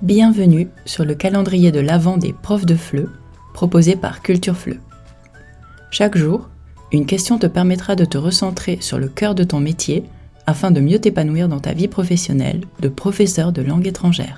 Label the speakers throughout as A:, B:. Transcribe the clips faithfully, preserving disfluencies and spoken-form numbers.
A: Bienvenue sur le calendrier de l'Avent des profs de F L E, proposé par Culture F L E. Chaque jour, une question te permettra de te recentrer sur le cœur de ton métier afin de mieux t'épanouir dans ta vie professionnelle de professeur de langue étrangère.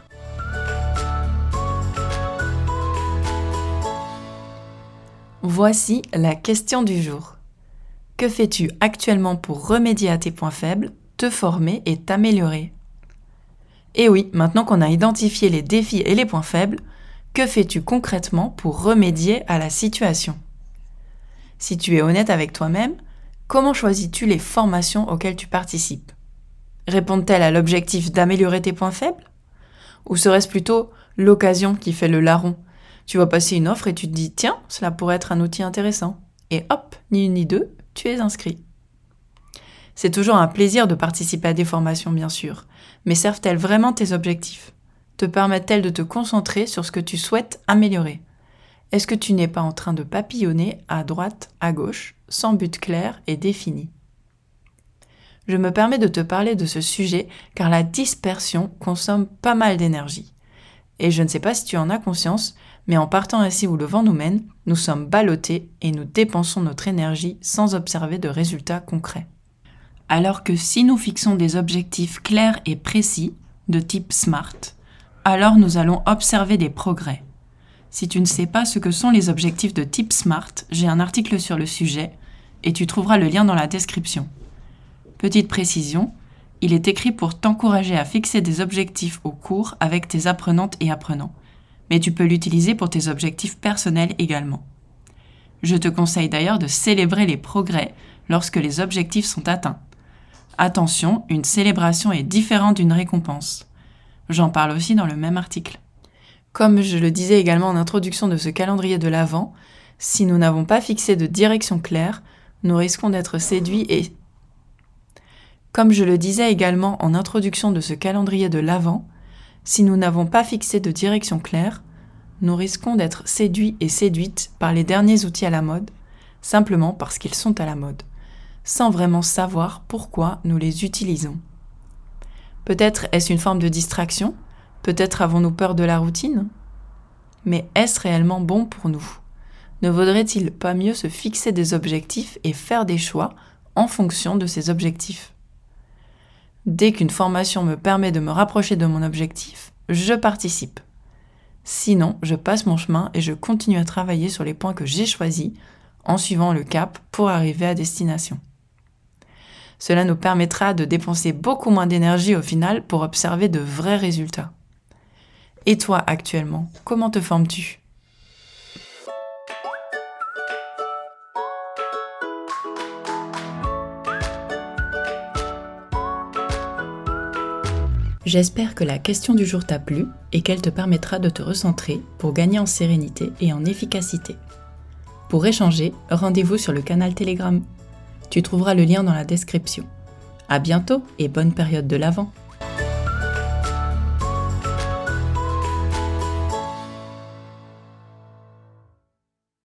A: Voici la question du jour. Que fais-tu actuellement pour remédier à tes points faibles, te former et t'améliorer ? Et oui, maintenant qu'on a identifié les défis et les points faibles, que fais-tu concrètement pour remédier à la situation ? Si tu es honnête avec toi-même, comment choisis-tu les formations auxquelles tu participes ? Répondent-elles à l'objectif d'améliorer tes points faibles ? Ou serait-ce plutôt l'occasion qui fait le larron ? Tu vois passer une offre et tu te dis « Tiens, cela pourrait être un outil intéressant ». Et hop, ni une ni deux, tu es inscrit. C'est toujours un plaisir de participer à des formations, bien sûr, mais servent-elles vraiment tes objectifs ? Te permettent-elles de te concentrer sur ce que tu souhaites améliorer ? Est-ce que tu n'es pas en train de papillonner à droite, à gauche, sans but clair et défini ? Je me permets de te parler de ce sujet car la dispersion consomme pas mal d'énergie. Et je ne sais pas si tu en as conscience, mais en partant ainsi où le vent nous mène, nous sommes ballottés et nous dépensons notre énergie sans observer de résultats concrets. Alors que si nous fixons des objectifs clairs et précis, de type SMART, alors nous allons observer des progrès. Si tu ne sais pas ce que sont les objectifs de type SMART, j'ai un article sur le sujet et tu trouveras le lien dans la description. Petite précision, il est écrit pour t'encourager à fixer des objectifs au cours avec tes apprenantes et apprenants, mais tu peux l'utiliser pour tes objectifs personnels également. Je te conseille d'ailleurs de célébrer les progrès lorsque les objectifs sont atteints. Attention, une célébration est différente d'une récompense. J'en parle aussi dans le même article. Comme je le disais également en introduction de ce calendrier de l'Avent, si nous n'avons pas fixé de direction claire, nous risquons d'être séduits et... Comme je le disais également en introduction de ce calendrier de l'Avent, si nous n'avons pas fixé de direction claire, nous risquons d'être séduits et séduites par les derniers outils à la mode, simplement parce qu'ils sont à la mode, sans vraiment savoir pourquoi nous les utilisons. Peut-être est-ce une forme de distraction ? Peut-être avons-nous peur de la routine ? Mais est-ce réellement bon pour nous ? Ne vaudrait-il pas mieux se fixer des objectifs et faire des choix en fonction de ces objectifs ? Dès qu'une formation me permet de me rapprocher de mon objectif, je participe. Sinon, je passe mon chemin et je continue à travailler sur les points que j'ai choisis en suivant le cap pour arriver à destination. Cela nous permettra de dépenser beaucoup moins d'énergie au final pour observer de vrais résultats. Et toi, actuellement, comment te formes-tu ? J'espère que la question du jour t'a plu et qu'elle te permettra de te recentrer pour gagner en sérénité et en efficacité. Pour échanger, rendez-vous sur le canal Telegram. Tu trouveras le lien dans la description. À bientôt et bonne période de l'Avent.